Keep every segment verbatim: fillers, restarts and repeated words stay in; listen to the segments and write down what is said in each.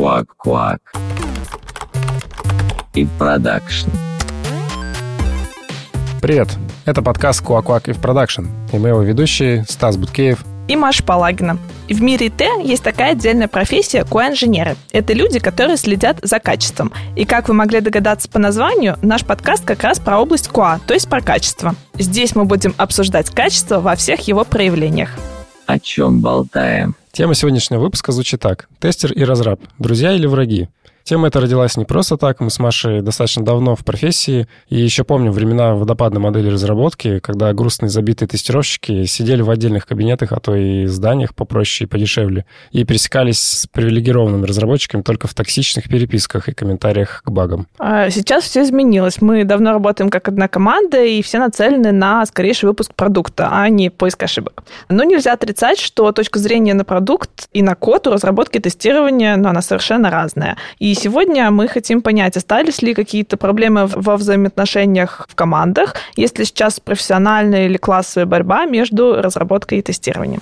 Квак-квак. И продакшн. Привет, это подкаст «Квак-квак» и в продакшн. И мы его ведущие Стас Буткеев и Маша Палагина. В мире ай ти есть такая отдельная профессия – кью эй-инженеры. Это люди, которые следят за качеством. И как вы могли догадаться по названию, наш подкаст как раз про область кью эй, то есть про качество. Здесь мы будем обсуждать качество во всех его проявлениях. О чем болтаем? Тема сегодняшнего выпуска звучит так. Тестер и разраб. Друзья или враги? Тема эта родилась не просто так. Мы с Машей достаточно давно в профессии. И еще помню времена водопадной модели разработки, когда грустные забитые тестировщики сидели в отдельных кабинетах, а то и зданиях попроще и подешевле, и пересекались с привилегированными разработчиками только в токсичных переписках и комментариях к багам. А сейчас все изменилось. Мы давно работаем как одна команда, и все нацелены на скорейший выпуск продукта, а не поиск ошибок. Но нельзя отрицать, что точка зрения на продукт и на код у разработки и тестирования, ну, она совершенно разная. И сегодня мы хотим понять, остались ли какие-то проблемы во взаимоотношениях в командах, есть ли сейчас профессиональная или классовая борьба между разработкой и тестированием.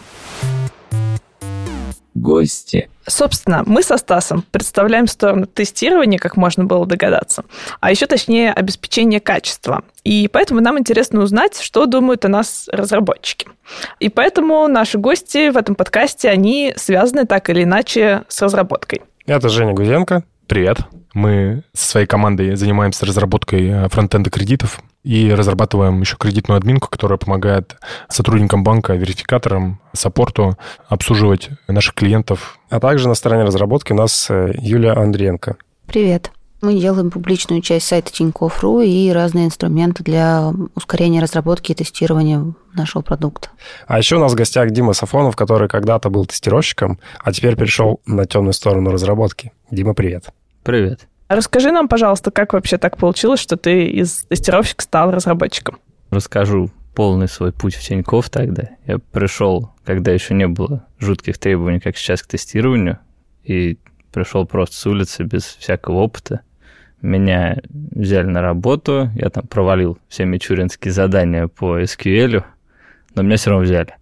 Гости. Собственно, мы со Стасом представляем сторону тестирования, как можно было догадаться, а еще точнее обеспечение качества. И поэтому нам интересно узнать, что думают о нас разработчики. И поэтому наши гости в этом подкасте, они связаны так или иначе с разработкой. Это Женя Гузенко. Привет. Мы со своей командой занимаемся разработкой фронтенда кредитов и разрабатываем еще кредитную админку, которая помогает сотрудникам банка, верификаторам, саппорту обслуживать наших клиентов. А также на стороне разработки у нас Юлия Андриенко. Привет. Мы делаем публичную часть сайта Тинькофф точка ру и разные инструменты для ускорения разработки и тестирования нашего продукта. А еще у нас в гостях Дима Сафонов, который когда-то был тестировщиком, а теперь перешел на темную сторону разработки. Дима, привет. Привет. Расскажи нам, пожалуйста, как вообще так получилось, что ты из тестировщика стал разработчиком? Расскажу полный свой путь в Тинькофф тогда. Я пришел, когда еще не было жутких требований, как сейчас, к тестированию, и пришел просто с улицы, без всякого опыта. Меня взяли на работу, я там провалил все мичуринские задания по эс кью эль, но меня все равно взяли.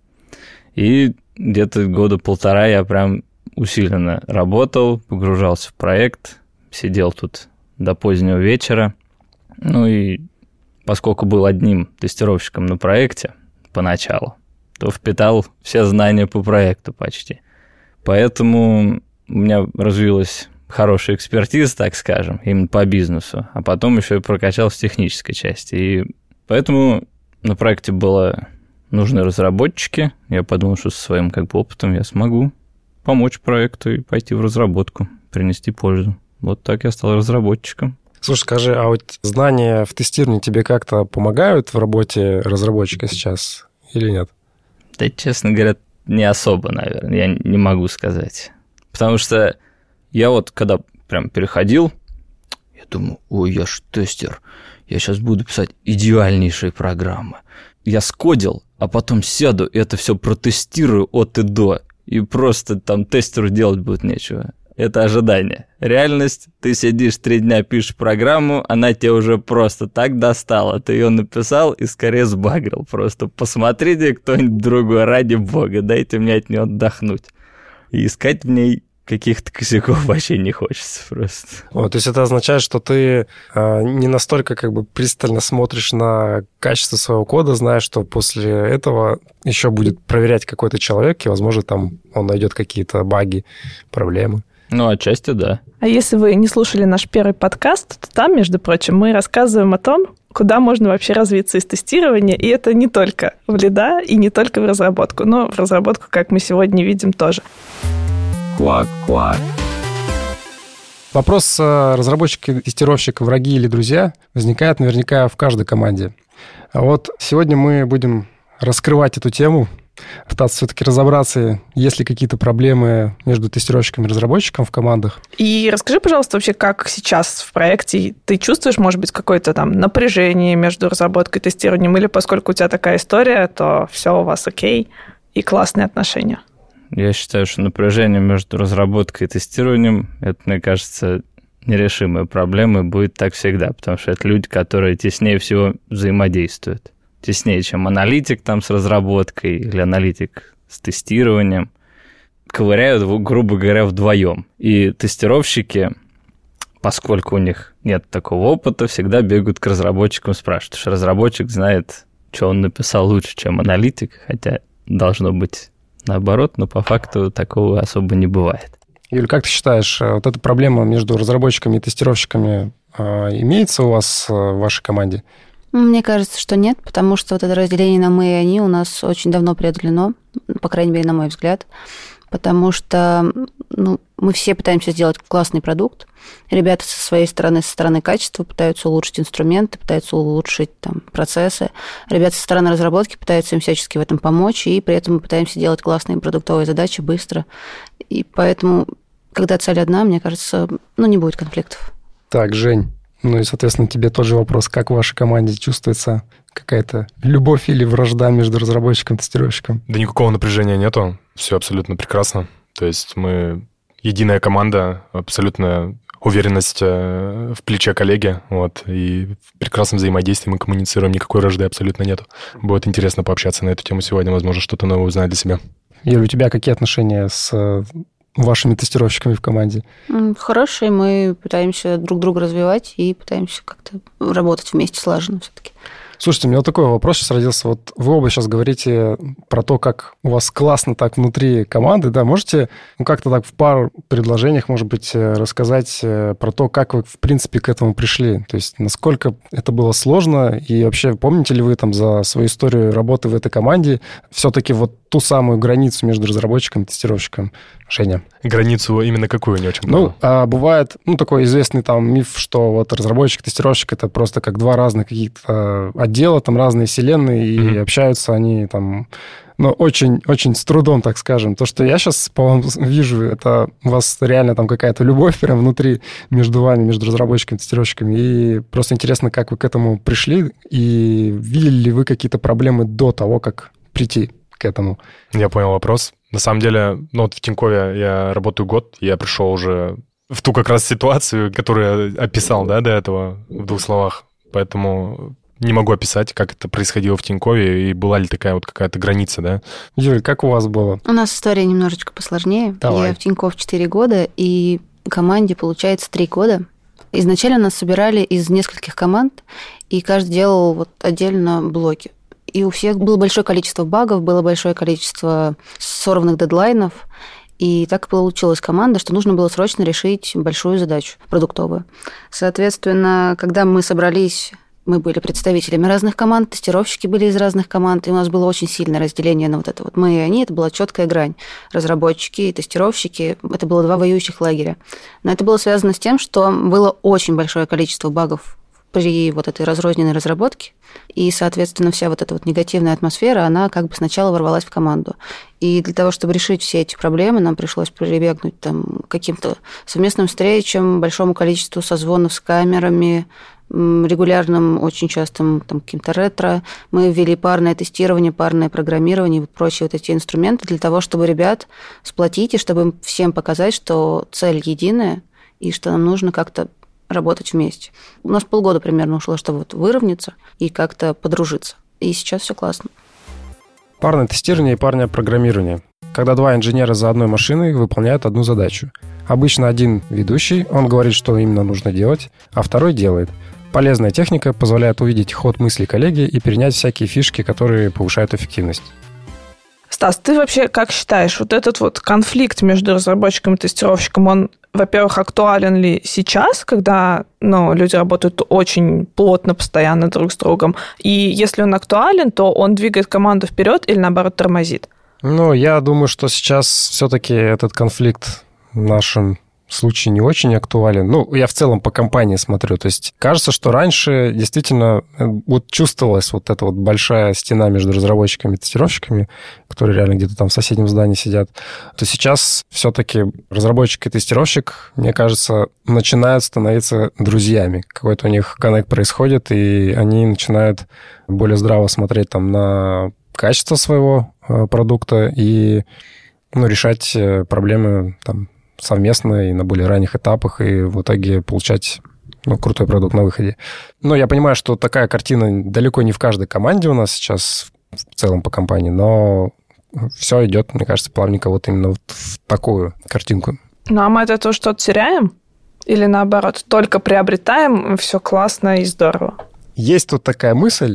И где-то года полтора я прям усиленно работал, погружался в проект, сидел тут до позднего вечера. Ну и поскольку был одним тестировщиком на проекте поначалу, то впитал все знания по проекту почти. Поэтому у меня развилась хорошая экспертиза, так скажем, именно по бизнесу, а потом еще и прокачался в технической части. И поэтому на проекте было нужны разработчики. Я подумал, что со своим как бы опытом я смогу помочь проекту и пойти в разработку, принести пользу. Вот так я стал разработчиком. Слушай, скажи, а вот знания в тестировании тебе как-то помогают в работе разработчика сейчас или нет? Да, честно говоря, не особо, наверное, я не могу сказать. Потому что я вот, когда прям переходил, я думаю, ой, я ж тестер, я сейчас буду писать идеальнейшие программы. Я скодил, а потом сяду и это все протестирую от и до, и просто там тестеру делать будет нечего. Это ожидание. Реальность, ты сидишь три дня, пишешь программу, она тебе уже просто так достала. Ты ее написал и скорее сбагрил. Просто посмотрите кто-нибудь другой, ради бога, дайте мне от нее отдохнуть. И искать в ней каких-то косяков вообще не хочется просто. Вот, то есть это означает, что ты э, не настолько как бы пристально смотришь на качество своего кода, зная, что после этого еще будет проверять какой-то человек, и, возможно, там он найдет какие-то баги, проблемы. Ну, отчасти да. А если вы не слушали наш первый подкаст, то там, между прочим, мы рассказываем о том, куда можно вообще развиться из тестирования, и это не только в лида и не только в разработку, но в разработку, как мы сегодня видим, тоже. Квак-квак. Вопрос, разработчики, тестировщик, враги или друзья, возникает наверняка в каждой команде. А вот сегодня мы будем раскрывать эту тему, пытаться все-таки разобраться, есть ли какие-то проблемы между тестировщиком и разработчиком в командах. И расскажи, пожалуйста, вообще, как сейчас в проекте ты чувствуешь, может быть, какое-то там напряжение между разработкой и тестированием, или поскольку у тебя такая история, то все у вас окей и классные отношения? Я считаю, что напряжение между разработкой и тестированием, это, мне кажется, нерешимая проблема, и будет так всегда, потому что это люди, которые теснее всего взаимодействуют. Теснее, чем аналитик там с разработкой или аналитик с тестированием. ковыряют, грубо говоря, вдвоем. И тестировщики, поскольку у них нет такого опыта, всегда бегают к разработчикам, спрашивают, потому что разработчик знает, что он написал лучше, чем аналитик, хотя должно быть наоборот, но по факту такого особо не бывает. Юль, как ты считаешь, вот эта проблема между разработчиками и тестировщиками имеется у вас в вашей команде? Мне кажется, что нет, потому что вот это разделение на «мы» и «они» у нас очень давно преодолено, по крайней мере, на мой взгляд, потому что ну, мы все пытаемся сделать классный продукт, ребята со своей стороны, со стороны качества пытаются улучшить инструменты, пытаются улучшить там, процессы, ребята со стороны разработки пытаются им всячески в этом помочь, и при этом мы пытаемся делать классные продуктовые задачи быстро, и поэтому, когда цель одна, мне кажется, ну, не будет конфликтов. Так, Жень, ну и, соответственно, тебе тот же вопрос, как в вашей команде чувствуется какая-то любовь или вражда между разработчиком и тестировщиком? Да никакого напряжения нету, все абсолютно прекрасно. То есть мы единая команда, абсолютно уверенность в плече коллеги, вот, и в прекрасном взаимодействии мы коммуницируем, никакой вражды абсолютно нету. Будет интересно пообщаться на эту тему сегодня, возможно, что-то новое узнать для себя. Юля, у тебя какие отношения с вашими тестировщиками в команде? Хорошие, мы пытаемся друг друга развивать и пытаемся как-то работать вместе слаженно все-таки. Слушайте, у меня вот такой вопрос сейчас родился. Вот вы оба сейчас говорите про то, как у вас классно так внутри команды, да? Можете ну, как-то так в пару предложениях, может быть, рассказать про то, как вы, в принципе, к этому пришли? То есть насколько это было сложно? И вообще, помните ли вы там за свою историю работы в этой команде все-таки вот ту самую границу между разработчиком и тестировщиком? Женя. Границу именно какую, не очень понял. Ну, а бывает, ну, такой известный там миф, что вот разработчик, тестировщик — это просто как два разных каких-то отдела, там разные вселенные, и mm-hmm. общаются они там, ну, очень-очень с трудом, так скажем. То, что я сейчас по вам вижу, это у вас реально там какая-то любовь прям внутри между вами, между разработчиками и тестировщиками, и просто интересно, как вы к этому пришли, и видели ли вы какие-то проблемы до того, как прийти к этому? Я понял вопрос. На самом деле, ну вот в Тинькове я работаю год, я пришел уже в ту как раз ситуацию, которую я описал, да, до этого в двух словах. Поэтому не могу описать, как это происходило в Тинькове и была ли такая вот какая-то граница, да. Юль, как у вас было? У нас история немножечко посложнее. Давай. Я в Тинькофф четыре года, и команде, получается, три года. Изначально нас собирали из нескольких команд, и каждый делал вот отдельно блоки. И у всех было большое количество багов, было большое количество сорванных дедлайнов. И так получилась команда, что нужно было срочно решить большую задачу продуктовую. Соответственно, когда мы собрались, мы были представителями разных команд, тестировщики были из разных команд, и у нас было очень сильное разделение на вот это вот мы и они, это была четкая грань. Разработчики и тестировщики, это было два воюющих лагеря. Но это было связано с тем, что было очень большое количество багов при вот этой разрозненной разработке, и, соответственно, вся вот эта вот негативная атмосфера, она как бы сначала ворвалась в команду. И для того, чтобы решить все эти проблемы, нам пришлось прибегнуть там, к каким-то совместным встречам, большому количеству созвонов с камерами, регулярным, очень частым там, каким-то ретро. Мы ввели парное тестирование, парное программирование и прочие вот эти инструменты для того, чтобы ребят сплотить и чтобы всем показать, что цель единая и что нам нужно как-то работать вместе. У нас полгода примерно ушло, чтобы вот выровняться и как-то подружиться. И сейчас все классно. Парное тестирование и парное программирование. Когда два инженера за одной машиной выполняют одну задачу. Обычно один ведущий, он говорит, что именно нужно делать, а второй делает. Полезная техника позволяет увидеть ход мыслей коллеги и перенять всякие фишки, которые повышают эффективность. Стас, ты вообще как считаешь, вот этот вот конфликт между разработчиком и тестировщиком, он, во-первых, актуален ли сейчас, когда ну, люди работают очень плотно, постоянно друг с другом? И если он актуален, то он двигает команду вперед или, наоборот, тормозит? Ну, я думаю, что сейчас все-таки этот конфликт в нашем случае не очень актуален. Ну, я в целом по компании смотрю. То есть кажется, что раньше действительно вот чувствовалась вот эта вот большая стена между разработчиками и тестировщиками, которые реально где-то там в соседнем здании сидят. То сейчас все-таки разработчик и тестировщик, мне кажется, начинают становиться друзьями. Какой-то у них коннект происходит, и они начинают более здраво смотреть там на качество своего продукта и ну, решать проблемы там совместно и на более ранних этапах, и в итоге получать ну, крутой продукт на выходе. Но я понимаю, что такая картина далеко не в каждой команде у нас сейчас, в целом по компании, но все идет, мне кажется, плавненько вот именно вот в такую картинку. Ну, а мы от этого что-то теряем? Или наоборот, только приобретаем, все классно и здорово? Есть тут такая мысль,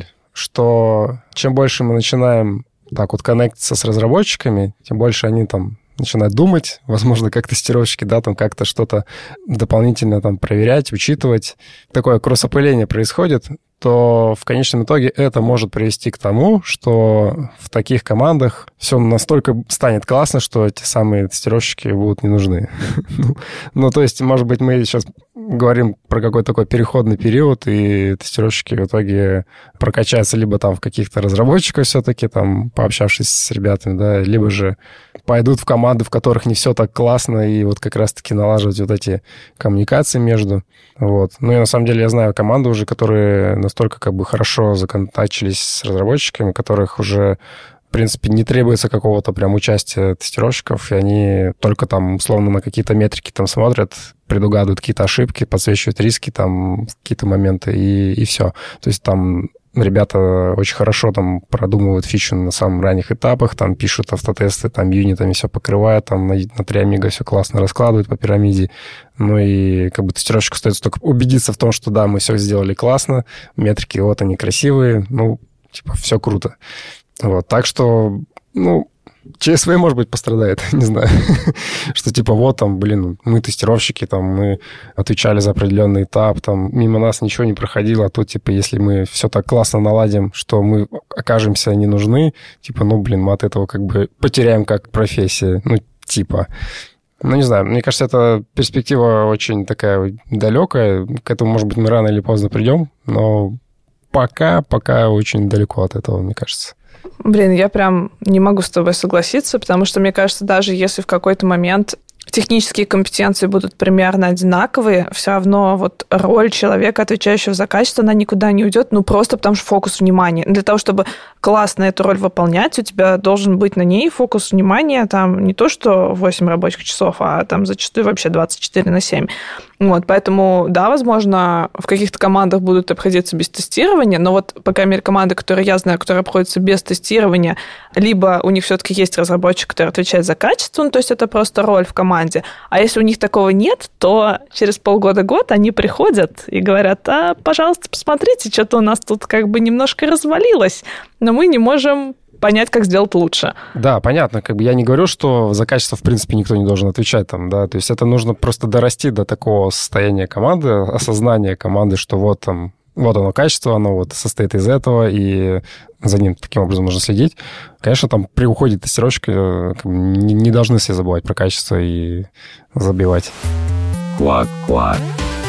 что чем больше мы начинаем так вот коннектиться с разработчиками, тем больше они там начинают думать, возможно, как тестировщики, да, там как-то что-то дополнительно там проверять, учитывать. Такое кроссопыление происходит, то в конечном итоге это может привести к тому, что в таких командах все настолько станет классно, что эти самые тестировщики будут не нужны. Ну, то есть, может быть, мы сейчас говорим про какой-то такой переходный период, и тестировщики в итоге прокачаются либо там в каких-то разработчиках все-таки, там, пообщавшись с ребятами, да, либо же пойдут в команды, в которых не все так классно, и вот как раз-таки налаживать вот эти коммуникации между. Вот. Ну и на самом деле я знаю команды уже, которые настолько как бы хорошо законтачились с разработчиками, которых уже, в принципе, не требуется какого-то прям участия тестировщиков, и они только там условно на какие-то метрики там смотрят, предугадывают какие-то ошибки, подсвечивают риски, там какие-то моменты, и, и все. То есть там ребята очень хорошо там продумывают фичу на самых ранних этапах, там пишут автотесты, там юнитами все покрывают, там на, на три амиго все классно раскладывают по пирамиде. Ну и как бы тестировщику остается только убедиться в том, что да, мы все сделали классно, метрики вот они красивые, ну, типа, все круто. Вот, так что, ну, ЧСВ, может быть, пострадает, не знаю. Что типа вот там, блин, мы тестировщики, там, мы отвечали за определенный этап, там, мимо нас ничего не проходило, а тут, типа, если мы все так классно наладим, что мы окажемся не нужны, типа, ну, блин, мы от этого как бы потеряем как профессия, ну, типа... Ну, не знаю, мне кажется, это перспектива очень такая далекая, к этому, может быть, мы рано или поздно придем, но пока, пока очень далеко от этого, мне кажется. Блин, я прям не могу с тобой согласиться, потому что, мне кажется, даже если в какой-то момент технические компетенции будут примерно одинаковые, все равно вот роль человека, отвечающего за качество, она никуда не уйдет, ну просто потому что фокус внимания. Для того, чтобы классно эту роль выполнять, у тебя должен быть на ней фокус внимания, там не то, что восемь рабочих часов, а там зачастую вообще двадцать четыре на семь. Вот, поэтому, да, возможно, в каких-то командах будут обходиться без тестирования, но вот, по крайней мере, команды, которые я знаю, которые обходятся без тестирования, либо у них все-таки есть разработчик, который отвечает за качество, ну, то есть это просто роль в команде, а если у них такого нет, то через полгода-год они приходят и говорят: а, пожалуйста, посмотрите, что-то у нас тут как бы немножко развалилось, но мы не можем понять, как сделать лучше. Да, понятно. Как бы я не говорю, что за качество, в принципе, никто не должен отвечать там, да. То есть это нужно просто дорасти до такого состояния команды, осознания команды, что вот там, вот оно качество, оно вот состоит из этого, и за ним таким образом нужно следить. Конечно, там при уходе тестировщика как бы, не, не должны все забывать про качество и забивать. Квак-квак.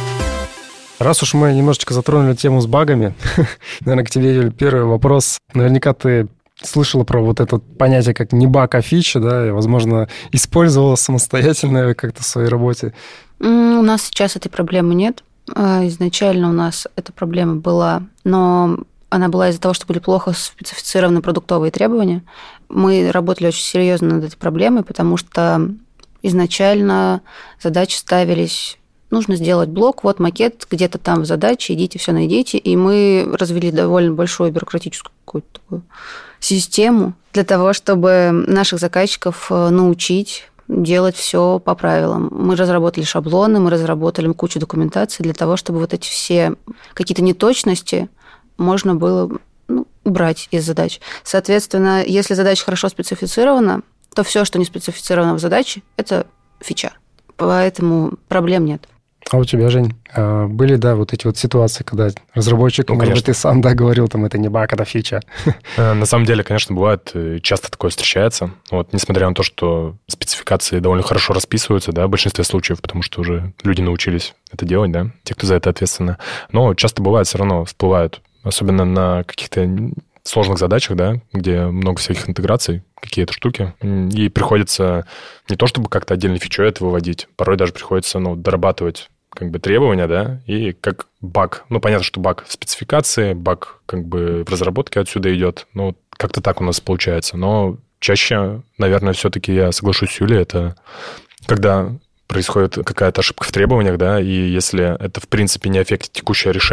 Раз уж мы немножечко затронули тему с багами, наверное, к тебе, Юль, первый вопрос. Наверняка ты слышала про вот это понятие как не баг, а фича, да, и, возможно, использовала самостоятельно как-то в своей работе. У нас сейчас этой проблемы нет. Изначально у нас эта проблема была, но она была из-за того, что были плохо специфицированы продуктовые требования. Мы работали очень серьезно над этой проблемой, потому что изначально задачи ставились: нужно сделать блок, вот макет, где-то там в задаче, идите, все найдите. И мы развели довольно большую бюрократическую какую-то такую систему для того, чтобы наших заказчиков научить делать все по правилам. Мы разработали шаблоны, мы разработали кучу документации для того, чтобы вот эти все какие-то неточности можно было, ну, убрать из задач. Соответственно, если задача хорошо специфицирована, то все, что не специфицировано в задаче, это фича. Поэтому проблем нет. А у тебя, Жень, были, да, вот эти вот ситуации, когда разработчик, ну, может быть, ты сам, да, говорил, там, это не баг, это фича? На самом деле, конечно, бывает, часто такое встречается. Вот, несмотря на то, что спецификации довольно хорошо расписываются, да, в большинстве случаев, потому что уже люди научились это делать, да, те, кто за это ответственны. Но часто бывает, все равно всплывают, особенно на каких-то сложных задачах, да, где много всяких интеграций, какие-то штуки, и приходится не то чтобы как-то отдельно фичу это выводить, порой даже приходится, ну, дорабатывать как бы требования, да, и как баг. Ну, понятно, что баг в спецификации, баг как бы в разработке отсюда идет. Ну, как-то так у нас получается. Но чаще, наверное, все-таки я соглашусь с Юлей, это когда происходит какая-то ошибка в требованиях, да, и если это, в принципе, не аффектит текущее решение,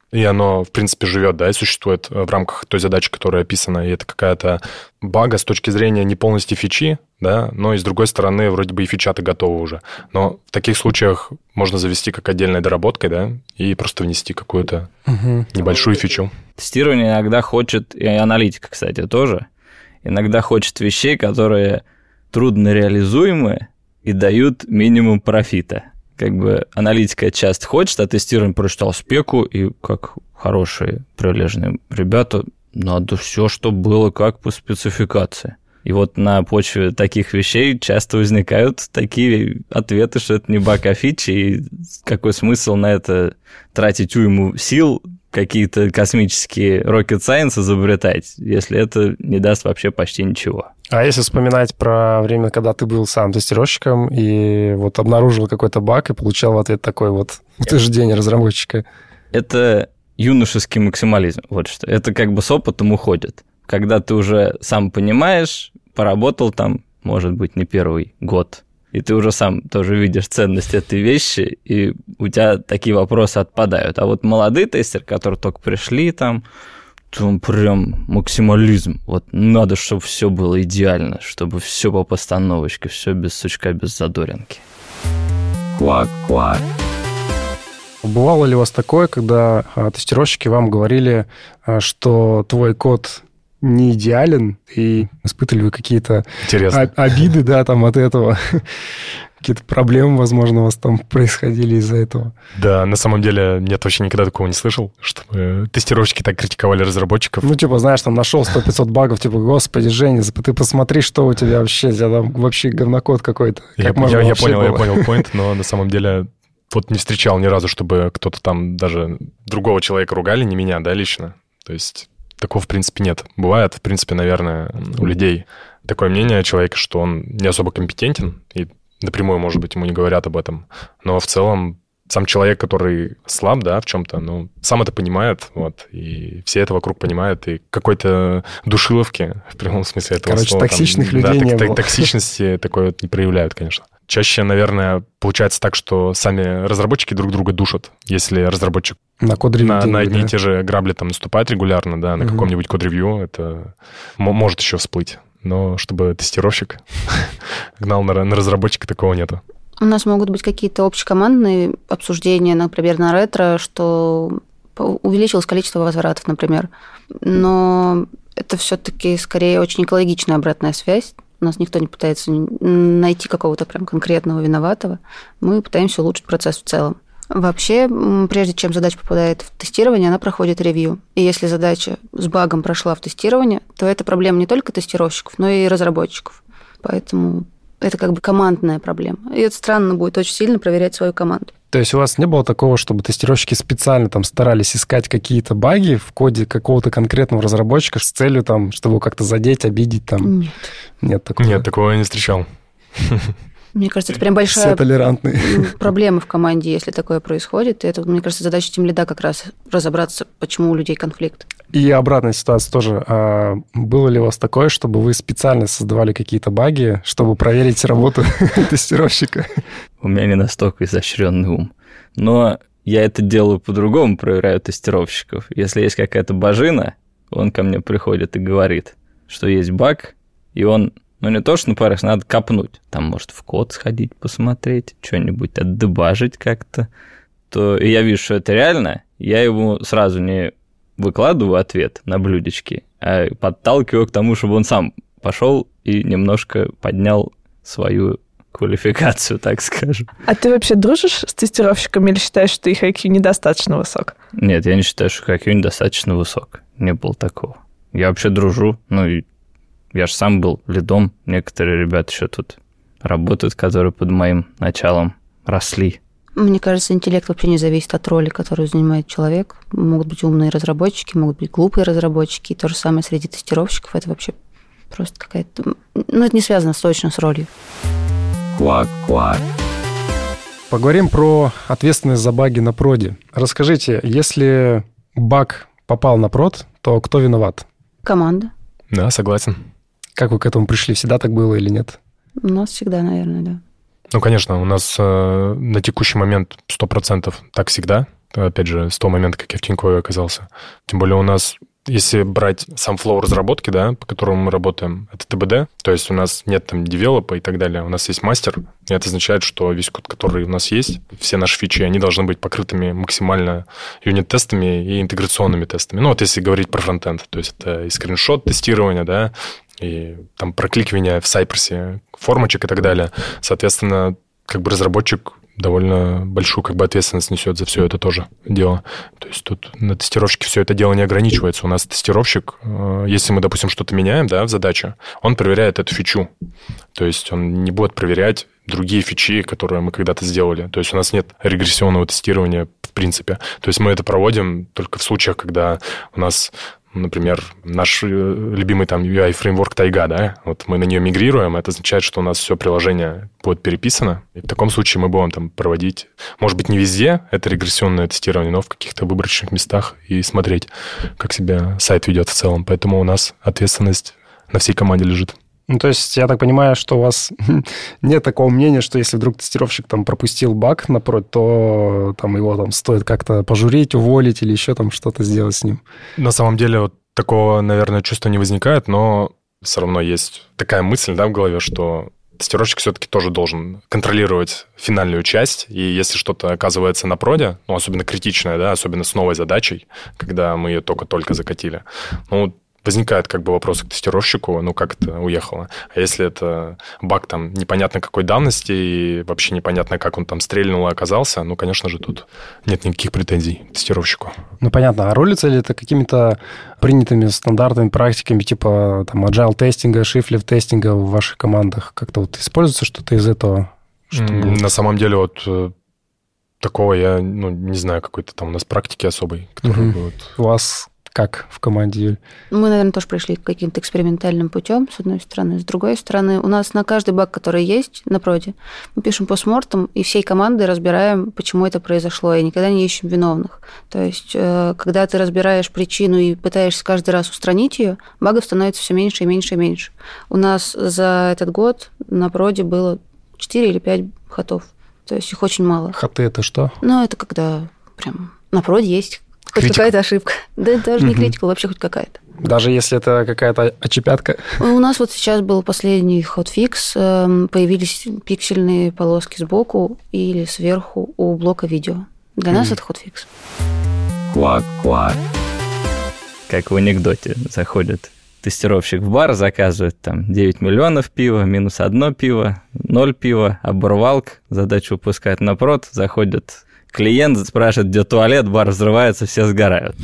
и оно, в принципе, живет, да, и существует в рамках той задачи, которая описана, и это какая-то бага с точки зрения не полностью фичи, да, но и с другой стороны, вроде бы и фича-то готовы уже. Но в таких случаях можно завести как отдельной доработкой, да, и просто внести какую-то угу. небольшую фичу. Тестирование иногда хочет, и аналитика, кстати, тоже, иногда хочет вещей, которые трудно реализуемы и дают минимум профита. Как бы аналитика часто хочет, а тестирование прочитал спеку, и как хорошие прилежные ребята, надо все, что было как по спецификации. И вот на почве таких вещей часто возникают такие ответы, что это не баг, а фичи, и какой смысл на это тратить уйму сил, какие-то космические rocket science изобретать, если это не даст вообще почти ничего. А если вспоминать про время, когда ты был сам тестировщиком и вот обнаружил какой-то баг и получал в ответ такой вот утверждение разработчика? Это юношеский максимализм, вот что. Это как бы с опытом уходит. Когда ты уже сам понимаешь, поработал там, может быть, не первый год, и ты уже сам тоже видишь ценность этой вещи, и у тебя такие вопросы отпадают. А вот молодые тестеры, которые только пришли там, там прям максимализм. Вот надо, чтобы все было идеально, чтобы все по постановочке, все без сучка, без задоринки. Квак-квак. Бывало ли у вас такое, когда а, тестировщики вам говорили, а, что твой код не идеален, и испытывали вы какие-то а- обиды, да, там от этого? Какие-то проблемы, возможно, у вас там происходили из-за этого? Да, на самом деле, нет, вообще никогда такого не слышал, чтобы тестировщики так критиковали разработчиков. Ну, типа, знаешь, там нашел сто-пятьсот багов, типа, господи, Женя, ты посмотри, что у тебя вообще, у тебя там вообще говнокод какой-то. Я, как можно я, я было? понял, я понял point, но на самом деле вот не встречал ни разу, чтобы кто-то там даже другого человека ругали, не меня, да, лично. То есть такого, в принципе, нет. Бывает, в принципе, наверное, у людей такое мнение о человеке, что он не особо компетентен, и напрямую, может быть, ему не говорят об этом. Но в целом сам человек, который слаб, да, в чем-то, ну, сам это понимает, вот, и все это вокруг понимают, и какой-то душиловки, в прямом смысле этого Короче, слова. Короче, токсичных там, людей да, не так, было. Токсичности такой вот не проявляют, конечно. Чаще, наверное, получается так, что сами разработчики друг друга душат, если разработчик на, на, на одни и те же грабли там наступает регулярно, да, на угу. каком-нибудь код-ревью, это может еще всплыть. Но чтобы тестировщик гнал на, на разработчика, такого нету. У нас могут быть какие-то общекомандные обсуждения, например, на ретро, что увеличилось количество возвратов, например. Но это все-таки скорее очень экологичная обратная связь. У нас никто не пытается найти какого-то прям конкретного виноватого. Мы пытаемся улучшить процесс в целом. Вообще, прежде чем задача попадает в тестирование, она проходит ревью. И если задача с багом прошла в тестирование, то это проблема не только тестировщиков, но и разработчиков. Поэтому это как бы командная проблема. И это странно будет очень сильно проверять свою команду. То есть у вас не было такого, чтобы тестировщики специально там старались искать какие-то баги в коде какого-то конкретного разработчика с целью, там, чтобы его как-то задеть, обидеть? Там? Нет. Нет такого? Нет, такого я не встречал. Мне кажется, это прям большая толерантные. проблема в команде, если такое происходит. И это, мне кажется, задача тимлида как раз разобраться, почему у людей конфликт. И обратная ситуация тоже. А было ли у вас такое, чтобы вы специально создавали какие-то баги, чтобы проверить работу тестировщика? У меня не настолько изощренный ум. Но я это делаю по-другому, проверяю тестировщиков. Если есть какая-то божина, он ко мне приходит и говорит, что есть баг, и он... Ну, не то, что на парах, надо копнуть. Там, может, в код сходить, посмотреть, что-нибудь отдебажить как-то. То и я вижу, что это реально, я ему сразу не выкладываю ответ на блюдечке, а подталкиваю к тому, чтобы он сам пошел и немножко поднял свою квалификацию, так скажем. А ты вообще дружишь с тестировщиками или считаешь, что их ай кью недостаточно высок? Нет, я не считаю, что ай кью недостаточно высок. Не было такого. Я вообще дружу, ну и я же сам был лидом, некоторые ребята еще тут работают, которые под моим началом росли. Мне кажется, интеллект вообще не зависит от роли, которую занимает человек. Могут быть умные разработчики, могут быть глупые разработчики. И то же самое среди тестировщиков. Это вообще просто какая-то... Ну, это не связано точно с ролью. Квак-квак. Поговорим про ответственность за баги на проде. Расскажите, если баг попал на прод, то кто виноват? Команда. Да, согласен. Как вы к этому пришли? Всегда так было или нет? У нас всегда, наверное, да. Ну, конечно, у нас э, на текущий момент сто процентов так всегда. опять же, с того момента, как я в Тинькове оказался. Тем более у нас, если брать сам флоу разработки, да, по которому мы работаем, это ти би ди, то есть у нас нет там девелопа и так далее, у нас есть мастер, и это означает, что весь код, который у нас есть, все наши фичи, они должны быть покрытыми максимально юнит-тестами и интеграционными тестами. Ну, вот если говорить про фронтенд, то есть это и скриншот тестирования, да, и там прокликивание в Cypress, формочек и так далее. Соответственно, как бы разработчик довольно большую как бы ответственность несет за все это тоже дело. То есть тут на тестировщике все это дело не ограничивается. У нас тестировщик, если мы, допустим, что-то меняем, да, в задаче, он проверяет эту фичу. То есть он не будет проверять другие фичи, которые мы когда-то сделали. То есть у нас нет регрессионного тестирования в принципе. То есть мы это проводим только в случаях, когда у нас... Например, наш любимый там ю ай-фреймворк Тайга, да, вот мы на нее мигрируем, это означает, что у нас все приложение будет переписано, и в таком случае мы будем там проводить, может быть, не везде это регрессионное тестирование, но в каких-то выборочных местах и смотреть, как себя сайт ведет в целом. Поэтому у нас ответственность на всей команде лежит. Ну, то есть, я так понимаю, что у вас нет такого мнения, что если вдруг тестировщик там пропустил баг напротив, то там его там стоит как-то пожурить, уволить или еще там что-то сделать с ним? На самом деле, вот такого, наверное, чувства не возникает, но все равно есть такая мысль, да, в голове, что тестировщик все-таки тоже должен контролировать финальную часть, и если что-то оказывается на проде, ну, особенно критичное, да, особенно с новой задачей, когда мы ее только-только закатили, ну, возникает как бы вопрос к тестировщику, ну, как это уехало. А если это баг там непонятно какой давности и вообще непонятно, как он там стрельнул и оказался, ну, конечно же, тут нет никаких претензий к тестировщику. Ну, понятно. А рулится ли это какими-то принятыми стандартами, практиками, типа там agile тестинга, shift-left тестинга в ваших командах? Как-то вот используется что-то из этого? Mm, на самом деле, вот такого я, ну, не знаю, какой-то там у нас практики особой, которая угу. будет... У вас... Как в команде, Юль? Мы, наверное, тоже пришли к каким-то экспериментальным путем, с одной стороны. С другой стороны, у нас на каждый баг, который есть на проде, мы пишем постмортем и всей командой разбираем, почему это произошло, и никогда не ищем виновных. То есть, когда ты разбираешь причину и пытаешься каждый раз устранить ее, багов становится все меньше и меньше и меньше. У нас за этот год на проде было четыре или пять хотов. То есть, их очень мало. Хоты – это что? Ну, это когда прям на проде есть хоть критика. Какая-то ошибка. Да даже не критика, вообще хоть какая-то. Даже если это какая-то очепятка? У нас вот сейчас был последний хотфикс, появились пиксельные полоски сбоку или сверху у блока видео. Для mm. нас это хотфикс. Квак-квак. Как в анекдоте заходит тестировщик в бар, заказывает там девять миллионов пива, минус одно пиво, ноль пива, оборвалка, задачу выпускать на прод, заходит... Клиент спрашивает, где туалет, бар взрывается, все сгорают.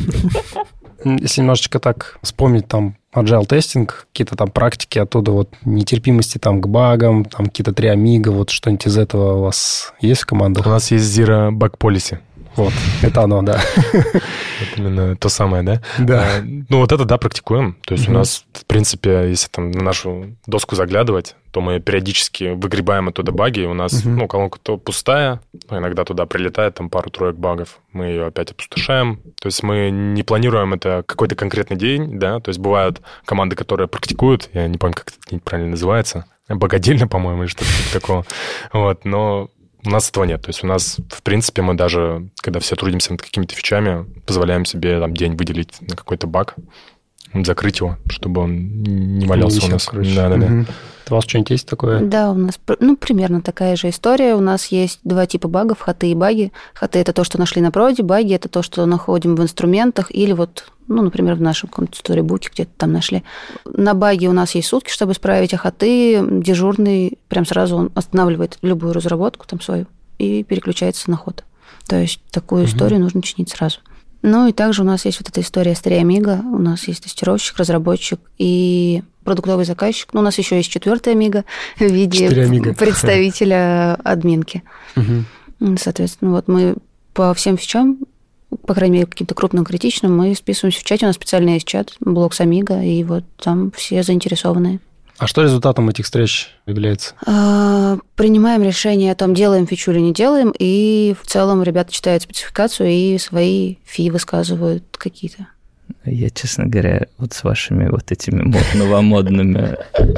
Если немножечко так вспомнить там agile тестинг, какие-то там практики оттуда, вот нетерпимости там к багам, там какие-то три амиго, вот что-нибудь из этого у вас есть в командах? У нас есть Zero Bug Policy. Вот, это оно, да. Это именно то самое, да? Да. А, ну, вот это, да, практикуем. То есть mm-hmm. у нас, в принципе, если там на нашу доску заглядывать, то мы периодически выгребаем оттуда баги. У нас, mm-hmm. ну, колонка то пустая, но иногда туда прилетает там пару-троек багов. Мы ее опять опустошаем. То есть мы не планируем это какой-то конкретный день, да. То есть бывают команды, которые практикуют, я не помню, как это правильно называется, богодельно, по-моему, или что-то типа такого. Вот, но... У нас этого нет. То есть у нас, в принципе, мы даже, когда все трудимся над какими-то фичами, позволяем себе там день выделить на какой-то баг, закрыть его, чтобы он не валялся у нас. Да, да, да. У вас что-нибудь есть такое? Да, у нас ну, примерно такая же история. У нас есть два типа багов, хоты и баги. Хоты – это то, что нашли на проде, баги – это то, что находим в инструментах или вот, ну, например, в нашем каком-то сторибуке где-то там нашли. На баги у нас есть сутки, чтобы исправить, а хоты дежурный прям сразу он останавливает любую разработку там свою и переключается на ход. То есть такую угу. историю нужно чинить сразу. Ну и также у нас есть вот эта история с три амиго. У нас есть тестировщик, разработчик и продуктовый заказчик. Ну, у нас еще есть четвертая амиго в виде представителя админки. Угу. Соответственно, вот мы по всем фичам, по крайней мере, каким-то крупным, критичным, мы списываемся в чате. У нас специально есть чат, блок с амиго, и вот там все заинтересованные. А что результатом этих встреч является? Принимаем решение о том, делаем фичу или не делаем, и в целом ребята читают спецификацию и свои фи высказывают какие-то. Я, честно говоря, вот с вашими вот этими новомодными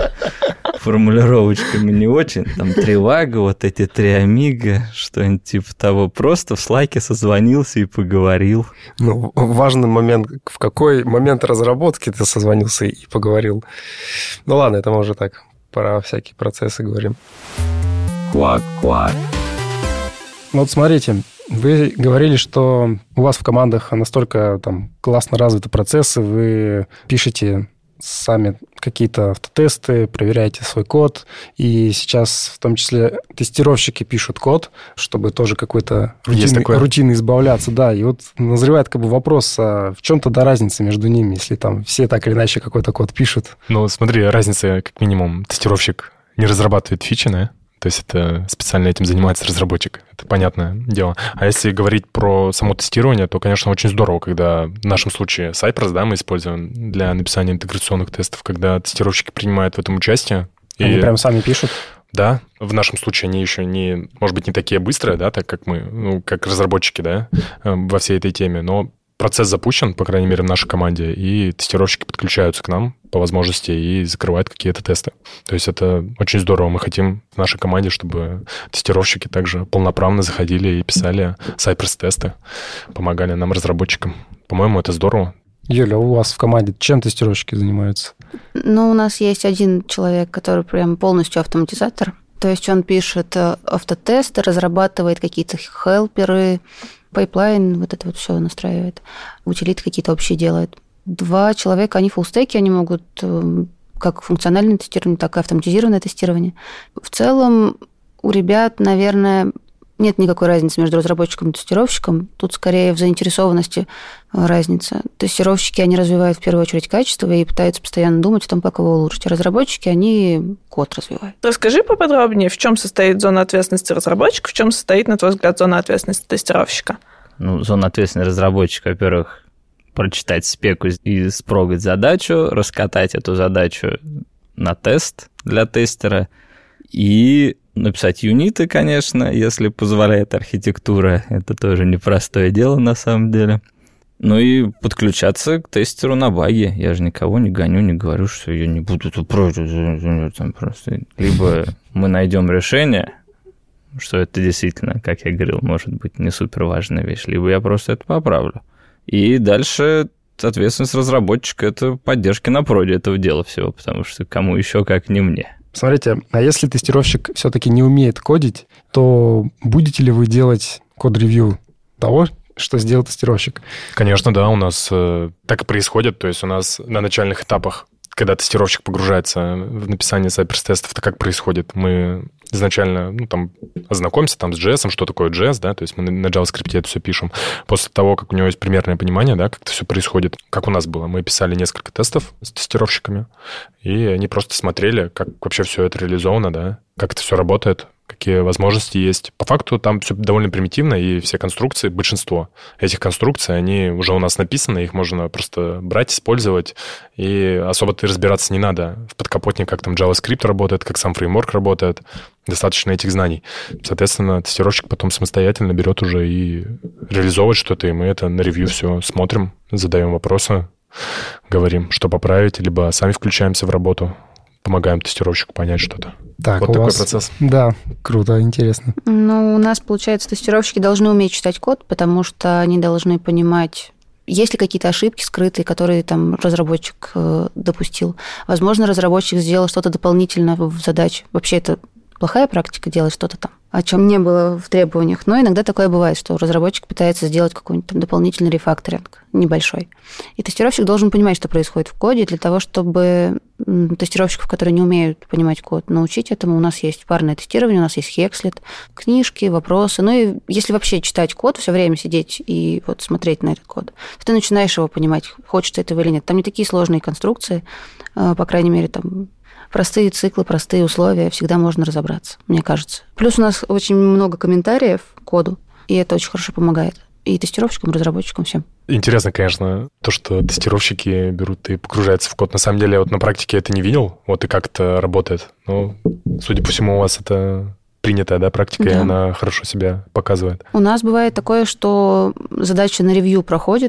формулировочками не очень. Там Тривага, вот эти три Амиго, что-нибудь типа того. Просто в слайке созвонился и поговорил. Ну, важный момент, в какой момент разработки ты созвонился и поговорил. Ну ладно, это мы уже так про всякие процессы говорим. Квак-квак. Ну вот смотрите, вы говорили, что у вас в командах настолько там классно развиты процессы, вы пишете сами какие-то автотесты, проверяете свой код, и сейчас в том числе тестировщики пишут код, чтобы тоже какой-то рутины, рутины избавляться. Да, и вот назревает как бы вопрос, а в чем тогда разница между ними, если там все так или иначе какой-то код пишут? Ну, смотри, разница как минимум. Тестировщик не разрабатывает фичи, да? То есть это специально этим занимается разработчик. Это понятное дело. А если говорить про само тестирование, то, конечно, очень здорово, когда в нашем случае Cypress, да, мы используем для написания интеграционных тестов, когда тестировщики принимают в этом участие. Они и... прям сами пишут? Да, в нашем случае они еще не, может быть, не такие быстрые, да, так как мы, ну, как разработчики, да, во всей этой теме, но процесс запущен, по крайней мере, в нашей команде, и тестировщики подключаются к нам по возможности и закрывают какие-то тесты. То есть это очень здорово. Мы хотим в нашей команде, чтобы тестировщики также полноправно заходили и писали Cypress-тесты, помогали нам, разработчикам. По-моему, это здорово. Юля, у вас в команде чем тестировщики занимаются? Ну, у нас есть один человек, который прям полностью автоматизатор. То есть он пишет автотесты, разрабатывает какие-то хелперы, пайплайн, вот это вот все настраивает, утилиты какие-то общие делает. Два человека, они фуллстеки, они могут как функциональное тестирование, так и автоматизированное тестирование. В целом у ребят, наверное, нет никакой разницы между разработчиком и тестировщиком. Тут скорее в заинтересованности разница. Тестировщики, они развивают в первую очередь качество и пытаются постоянно думать о том, как его улучшить. А разработчики, они код развивают. Расскажи поподробнее, в чем состоит зона ответственности разработчика, в чем состоит, на твой взгляд, зона ответственности тестировщика? Ну, зона ответственности разработчика, во-первых, прочитать спеку и спрогать задачу, раскатать эту задачу на тест для тестера и написать юниты, конечно, если позволяет архитектура. Это тоже непростое дело на самом деле. Ну и подключаться к тестеру на баги. Я же никого не гоню, не говорю, что я не буду это там просто. Либо мы найдем решение, что это действительно, как я говорил, может быть не супер важная вещь, либо я просто это поправлю. И дальше ответственность разработчика – это поддержка на проде этого дела всего, потому что кому еще, как не мне. Смотрите, а если тестировщик все-таки не умеет кодить, то будете ли вы делать код-ревью того, что сделал тестировщик? Конечно, да, у нас э, так и происходит. То есть у нас на начальных этапах, когда тестировщик погружается в написание Cypress-тестов, это как происходит? Мы изначально, ну, там, ознакомимся там с джей эс, что такое джей эс, да, то есть мы на JavaScript это все пишем. После того, как у него есть примерное понимание, да, как это все происходит, как у нас было, мы писали несколько тестов с тестировщиками, и они просто смотрели, как вообще все это реализовано, да, как это все работает, какие возможности есть. По факту там все довольно примитивно, и все конструкции, большинство этих конструкций, они уже у нас написаны, их можно просто брать, использовать, и особо-то разбираться не надо в подкапотне, как там JavaScript работает, как сам фреймворк работает. Достаточно этих знаний. Соответственно, тестировщик потом самостоятельно берет уже и реализовывает что-то, и мы это на ревью все смотрим, задаем вопросы, говорим, что поправить, либо сами включаемся в работу, помогаем тестировщику понять что-то. Так, вот у такой вас... процесс. Да, круто, интересно. Ну, у нас, получается, тестировщики должны уметь читать код, потому что они должны понимать, есть ли какие-то ошибки скрытые, которые там разработчик э, допустил. Возможно, разработчик сделал что-то дополнительно в задаче. Вообще это плохая практика делать что-то там, о чем не было в требованиях. Но иногда такое бывает, что разработчик пытается сделать какой-нибудь там дополнительный рефакторинг небольшой. И тестировщик должен понимать, что происходит в коде, для того, чтобы тестировщиков, которые не умеют понимать код, научить этому. У нас есть парное тестирование, у нас есть Hexlet, книжки, вопросы. Ну и если вообще читать код, все время сидеть и вот смотреть на этот код, то ты начинаешь его понимать, хочешь ты этого или нет. Там не такие сложные конструкции, по крайней мере, там простые циклы, простые условия, всегда можно разобраться, мне кажется. Плюс у нас очень много комментариев к коду, и это очень хорошо помогает. И тестировщикам, и разработчикам, всем. Интересно, конечно, то, что тестировщики берут и погружаются в код. На самом деле, я вот на практике это не видел, вот и как это работает. Но, судя по всему, у вас это принятая, да, практика, да. И она хорошо себя показывает. У нас бывает такое, что задача на ревью проходит,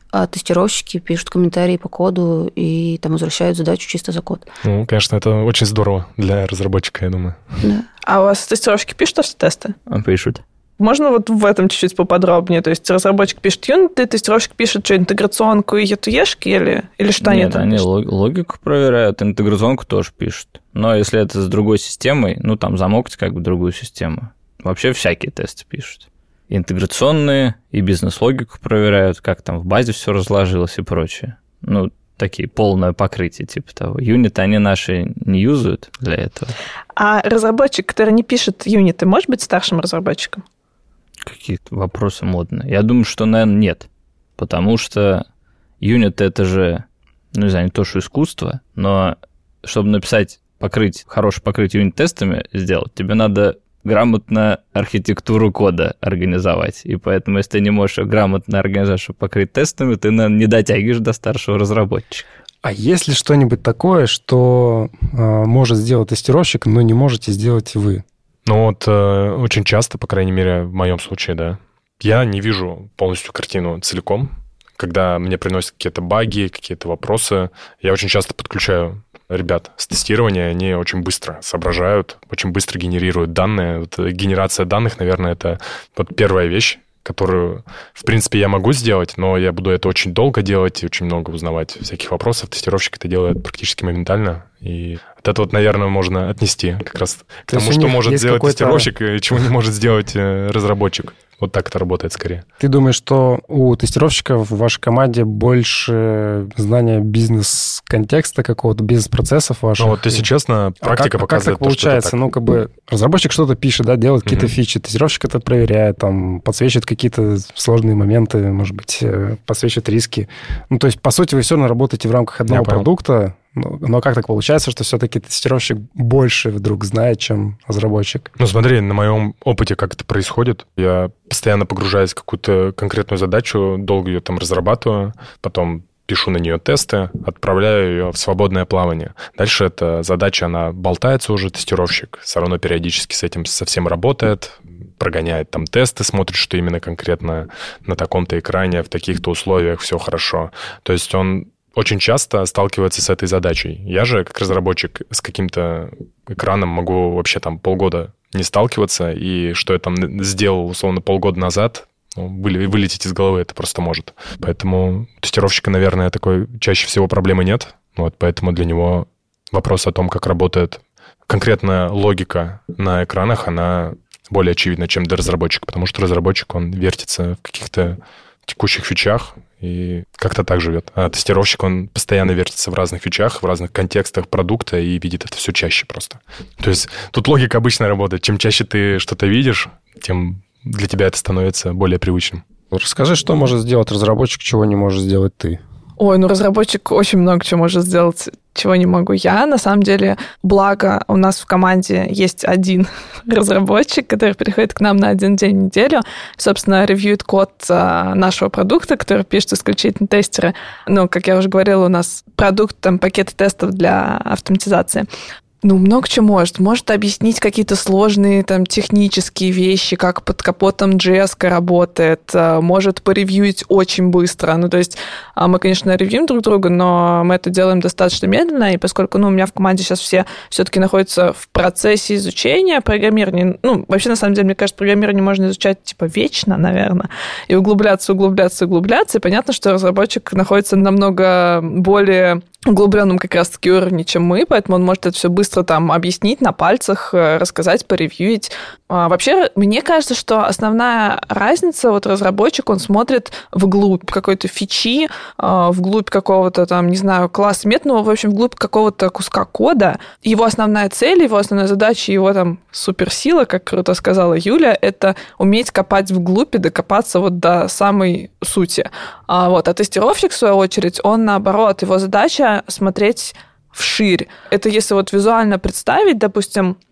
а тестировщики пишут комментарии по коду и там возвращают задачу чисто за код. Ну, конечно, это очень здорово для разработчика, я думаю. Да. А у вас тестировщики пишут тесты? Пишут. Можно вот в этом чуть-чуть поподробнее? То есть разработчик пишет юниты, тестировщик пишет что, интеграционку и ютуешки или, или что Нет, они там они пишут? логику проверяют, интеграционку тоже пишут. Но если это с другой системой, ну, там замокать как бы другую систему. Вообще всякие тесты пишут. Интеграционные и бизнес-логику проверяют, как там в базе все разложилось и прочее. Ну, такие полное покрытие типа того. Юниты они наши не юзают для этого. А разработчик, который не пишет юниты, может быть старшим разработчиком? Какие-то вопросы модные. Я думаю, что, наверное, нет. Потому что юнит – это же, ну, не знаю, не то, что искусство, но чтобы написать, покрыть, хорошее покрытие юнит-тестами сделать, тебе надо грамотно архитектуру кода организовать. И поэтому, если ты не можешь грамотно организовать, чтобы покрыть тестами, ты, наверное, не дотягиваешь до старшего разработчика. А есть ли что-нибудь такое, что э, может сделать тестировщик, но не можете сделать вы? Ну вот э, очень часто, по крайней мере, в моем случае, да, я не вижу полностью картину целиком. Когда мне приносят какие-то баги, какие-то вопросы, я очень часто подключаю ребят с тестирования, они очень быстро соображают, очень быстро генерируют данные. Вот генерация данных, наверное, это вот первая вещь, которую, в принципе, я могу сделать, но я буду это очень долго делать и очень много узнавать всяких вопросов. Тестировщик это делает практически моментально. И от этого, вот, наверное, можно отнести как раз к тому, что может сделать тестировщик и чего не может сделать разработчик. Вот так это работает скорее. Ты думаешь, что у тестировщиков в вашей команде больше знания бизнес-контекста какого-то, бизнес-процессов ваших? Ну вот, если честно, практика а как, показывает, а как так получается? То, что ну, как бы разработчик что-то пишет, да, делает какие-то mm-hmm. фичи, тестировщик это проверяет, там, подсвечивает какие-то сложные моменты, может быть, подсвечивает риски. Ну, то есть, по сути, вы все равно работаете в рамках одного продукта, но, но как так получается, что все-таки тестировщик больше вдруг знает, чем разработчик? Ну, смотри, на моем опыте, как это происходит. Я постоянно погружаюсь в какую-то конкретную задачу, долго ее там разрабатываю, потом пишу на нее тесты, отправляю ее в свободное плавание. Дальше эта задача, она болтается уже, тестировщик все равно периодически с этим совсем работает, прогоняет там тесты, смотрит, что именно конкретно на таком-то экране, в таких-то условиях все хорошо. То есть он очень часто сталкивается с этой задачей. Я же, как разработчик, с каким-то экраном могу вообще там полгода не сталкиваться, и что я там сделал, условно, полгода назад, ну, вылететь из головы это просто может. Поэтому у тестировщика, наверное, такой чаще всего проблемы нет. Вот, поэтому для него вопрос о том, как работает конкретная логика на экранах, она более очевидна, чем для разработчика, потому что разработчик, он вертится в каких-то текущих фичах и как-то так живет. А тестировщик, он постоянно вертится в разных фичах, в разных контекстах продукта и видит это все чаще просто. То есть тут логика обычно работает. Чем чаще ты что-то видишь, тем для тебя это становится более привычным. Расскажи, что может сделать разработчик, чего не может сделать ты? Ой, ну разработчик очень много чего может сделать, чего не могу я. На самом деле, благо у нас в команде есть один разработчик, который приходит к нам на один день в неделю, собственно, ревьюет код нашего продукта, который пишет исключительно тестеры. Ну, как я уже говорила, у нас продукт, там, пакеты тестов для автоматизации. Ну, много чего может. Может объяснить какие-то сложные там технические вещи, как под капотом джей эс работает. Может поревьюить очень быстро. Ну, то есть мы, конечно, ревьюем друг друга, но мы это делаем достаточно медленно, и поскольку, ну, у меня в команде сейчас все все-таки находятся в процессе изучения программирования, ну, вообще, на самом деле, мне кажется, программирование можно изучать, типа, вечно, наверное, и углубляться, углубляться, углубляться, и понятно, что разработчик находится намного более углубленном как раз-таки уровне, чем мы, поэтому он может это все быстро там объяснить на пальцах, рассказать, поревьюить. А, вообще, мне кажется, что основная разница, вот разработчик, он смотрит вглубь какой-то фичи, вглубь какого-то там, не знаю, класса метода, ну, в общем, вглубь какого-то куска кода. Его основная цель, его основная задача, его там суперсила, как круто сказала Юля, это уметь копать вглубь и докопаться вот до самой сути. А, вот, а тестировщик, в свою очередь, он наоборот, его задача смотреть вширь. Это если вот визуально представить, допустим,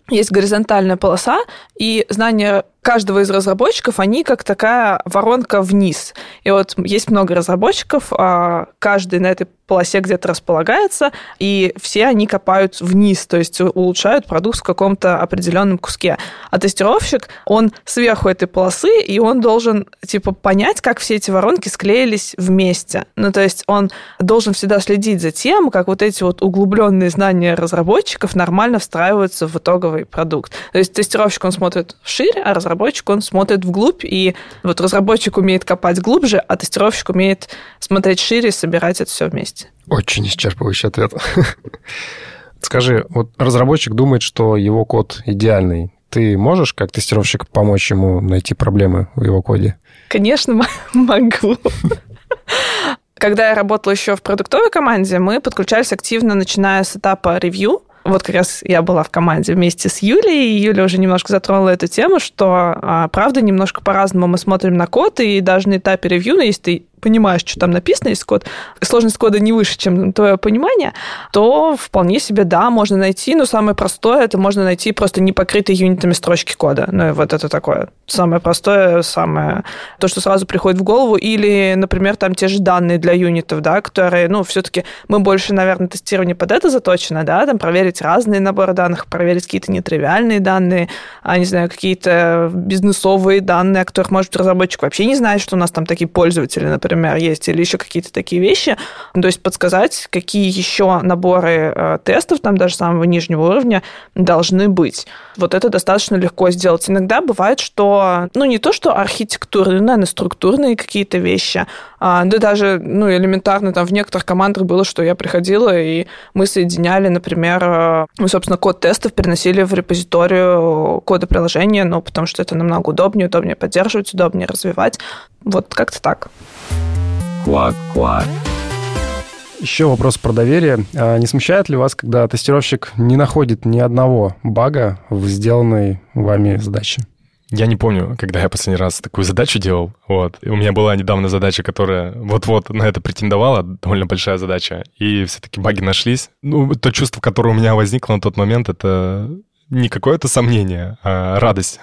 есть горизонтальная полоса, и знания каждого из разработчиков, они как такая воронка вниз. И вот есть много разработчиков, каждый на этой полосе где-то располагается, и все они копают вниз, то есть улучшают продукт в каком-то определенном куске. А тестировщик, он сверху этой полосы, и он должен типа понять, как все эти воронки склеились вместе. Ну, то есть он должен всегда следить за тем, как вот эти вот углубленные знания разработчиков нормально встраиваются в итоговый продукт. То есть тестировщик, он смотрит вширь, а разработчик, он смотрит вглубь, и вот разработчик умеет копать глубже, а тестировщик умеет смотреть шире и собирать это все вместе. Очень исчерпывающий ответ. Скажи, вот разработчик думает, что его код идеальный. Ты можешь, как тестировщик, помочь ему найти проблемы в его коде? Конечно, могу. Когда я работала еще в продуктовой команде, мы подключались активно, начиная с этапа ревью. Вот как раз я была в команде вместе с Юлей, и Юля уже немножко затронула эту тему, что, правда, немножко по-разному мы смотрим на код, и даже на этапе ревью, но если ты понимаешь, что там написано, если код, сложность кода не выше, чем твое понимание, то вполне себе, да, можно найти, но самое простое, это можно найти просто не покрытые юнитами строчки кода. Ну, и вот это такое самое простое, самое, то, что сразу приходит в голову, или, например, там те же данные для юнитов, да, которые, ну, все-таки мы больше, наверное, тестирование под это заточено, да, там проверить разные наборы данных, проверить какие-то нетривиальные данные, а, не знаю, какие-то бизнесовые данные, о которых, может, разработчик вообще не знает, что у нас там такие пользователи, например, например, есть, или еще какие-то такие вещи. То есть подсказать, какие еще наборы э, тестов, там даже самого нижнего уровня, должны быть. Вот это достаточно легко сделать. Иногда бывает, что, ну, не то, что архитектурные, наверное, структурные какие-то вещи, а, да даже, ну, элементарно, там в некоторых командах было, что я приходила, и мы соединяли, например, мы, собственно, код тестов переносили в репозиторию кода приложения, ну, потому что это намного удобнее, удобнее поддерживать, удобнее развивать. Вот как-то так. Квак-квак. Еще вопрос про доверие. А не смущает ли вас, когда тестировщик не находит ни одного бага в сделанной вами задаче? Я не помню, когда я последний раз такую задачу делал. Вот. И у меня была недавно задача, которая вот-вот на это претендовала, довольно большая задача, и все-таки баги нашлись. Ну, то чувство, которое у меня возникло на тот момент, это не какое-то сомнение, а радость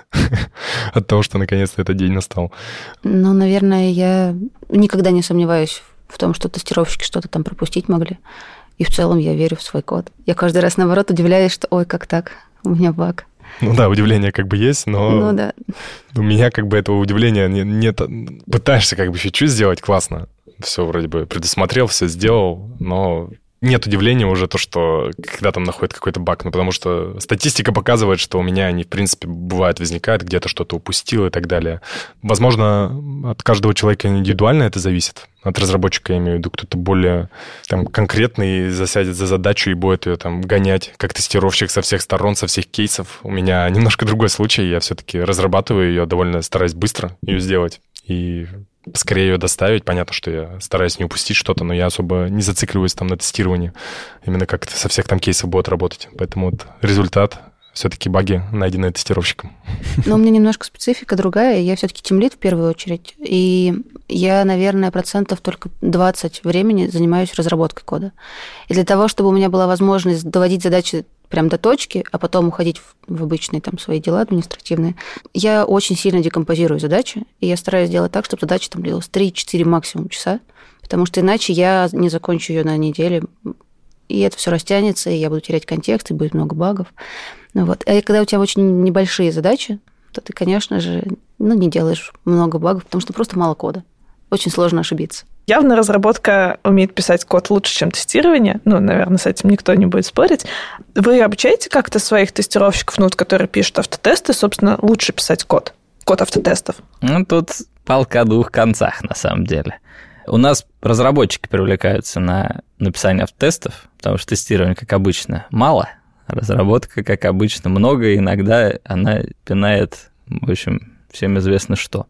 от того, что наконец-то этот день настал. Ну, наверное, я никогда не сомневаюсь в том, что тестировщики что-то там пропустить могли. И в целом я верю в свой код. Я каждый раз, наоборот, удивляюсь, что ой, как так, у меня баг. Ну да, удивление как бы есть, но ну, да. у меня как бы этого удивления нет. Пытаешься как бы чуть-чуть сделать классно. Все вроде бы предусмотрел, все сделал, но нет удивления уже то, что когда там находят какой-то баг, ну, потому что статистика показывает, что у меня они, в принципе, бывает, возникают, где-то что-то упустил и так далее. Возможно, от каждого человека индивидуально это зависит. От разработчика, я имею в виду, кто-то более там конкретный засядет за задачу и будет ее там гонять, как тестировщик со всех сторон, со всех кейсов. У меня немножко другой случай, я все-таки разрабатываю ее, довольно стараюсь быстро ее сделать и скорее ее доставить. Понятно, что я стараюсь не упустить что-то, но я особо не зацикливаюсь там на тестировании. Именно как это со всех там кейсов будет работать. Поэтому вот результат все-таки баги, найденные тестировщиком. Но у меня немножко специфика другая. Я все-таки тимлид в первую очередь. И я, наверное, процентов только двадцать времени занимаюсь разработкой кода. И для того, чтобы у меня была возможность доводить задачи прям до точки, а потом уходить в, в обычные там свои дела административные, я очень сильно декомпозирую задачи, и я стараюсь делать так, чтобы задача там длилась три-четыре максимум часа, потому что иначе я не закончу ее на неделе, и это все растянется, и я буду терять контекст, и будет много багов. Ну, вот. А когда у тебя очень небольшие задачи, то ты, конечно же, ну, не делаешь много багов, потому что просто мало кода. Очень сложно ошибиться. Явно разработка умеет писать код лучше, чем тестирование. Ну, наверное, с этим никто не будет спорить. Вы обучаете как-то своих тестировщиков, ну, которые пишут автотесты, собственно, лучше писать код? Код автотестов. Ну, тут палка о двух концах, на самом деле. У нас разработчики привлекаются на написание автотестов, потому что тестирование, как обычно, мало, разработка, как обычно, много, и иногда она пинает, в общем, всем известно что.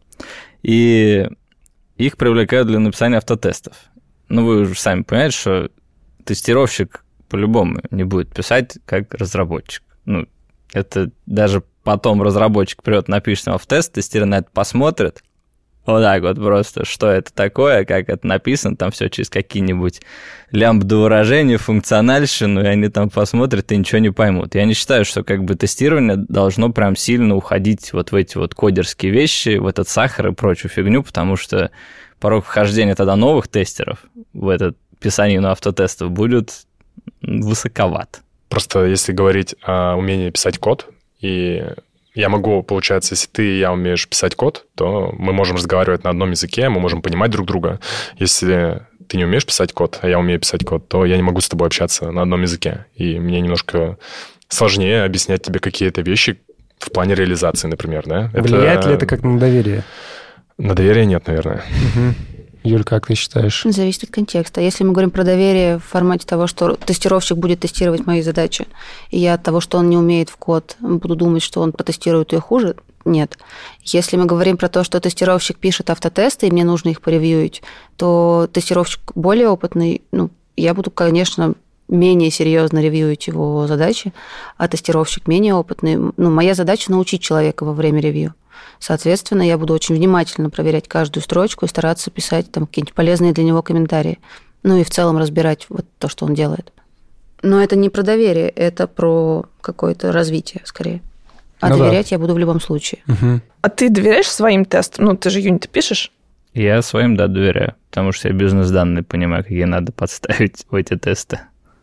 И их привлекают для написания автотестов. Ну, вы уже сами понимаете, что тестировщик по-любому не будет писать как разработчик. Ну, это даже потом разработчик придет, напишет автотест, тестировщик на это посмотрит, Вот так вот просто, что это такое, как это написано, там все через какие-нибудь лямбда выражения, функциональщину, и они там посмотрят и ничего не поймут. Я не считаю, что как бы тестирование должно прям сильно уходить вот в эти вот кодерские вещи, в этот сахар и прочую фигню, потому что порог вхождения тогда новых тестеров в этот писанину автотестов будет высоковат. Просто если говорить о умении писать код, и я могу, получается, если ты и я умеешь писать код, то мы можем разговаривать на одном языке, мы можем понимать друг друга. Если ты не умеешь писать код, а я умею писать код, то я не могу с тобой общаться на одном языке. И мне немножко сложнее объяснять тебе какие-то вещи в плане реализации, например. Да? Влияет это... ли это как на доверие? На доверие нет, наверное. Угу. Юль, как ты считаешь? Зависит от контекста. Если мы говорим про доверие в формате того, что тестировщик будет тестировать мои задачи, и я от того, что он не умеет в код, буду думать, что он протестирует ее хуже, нет. Если мы говорим про то, что тестировщик пишет автотесты, и мне нужно их поревьюить, то тестировщик более опытный, ну, я буду, конечно, менее серьезно ревьюить его задачи, а тестировщик менее опытный. Ну, моя задача – научить человека во время ревью. Соответственно, я буду очень внимательно проверять каждую строчку и стараться писать там какие-нибудь полезные для него комментарии. Ну и в целом разбирать вот то, что он делает. Но это не про доверие, это про какое-то развитие, скорее. А ну доверять да. я буду в любом случае. Угу. А ты доверяешь своим тестам? Ну, ты же юниты пишешь? Я своим, да, доверяю, потому что я бизнес-данные понимаю, какие надо подставить в эти тесты.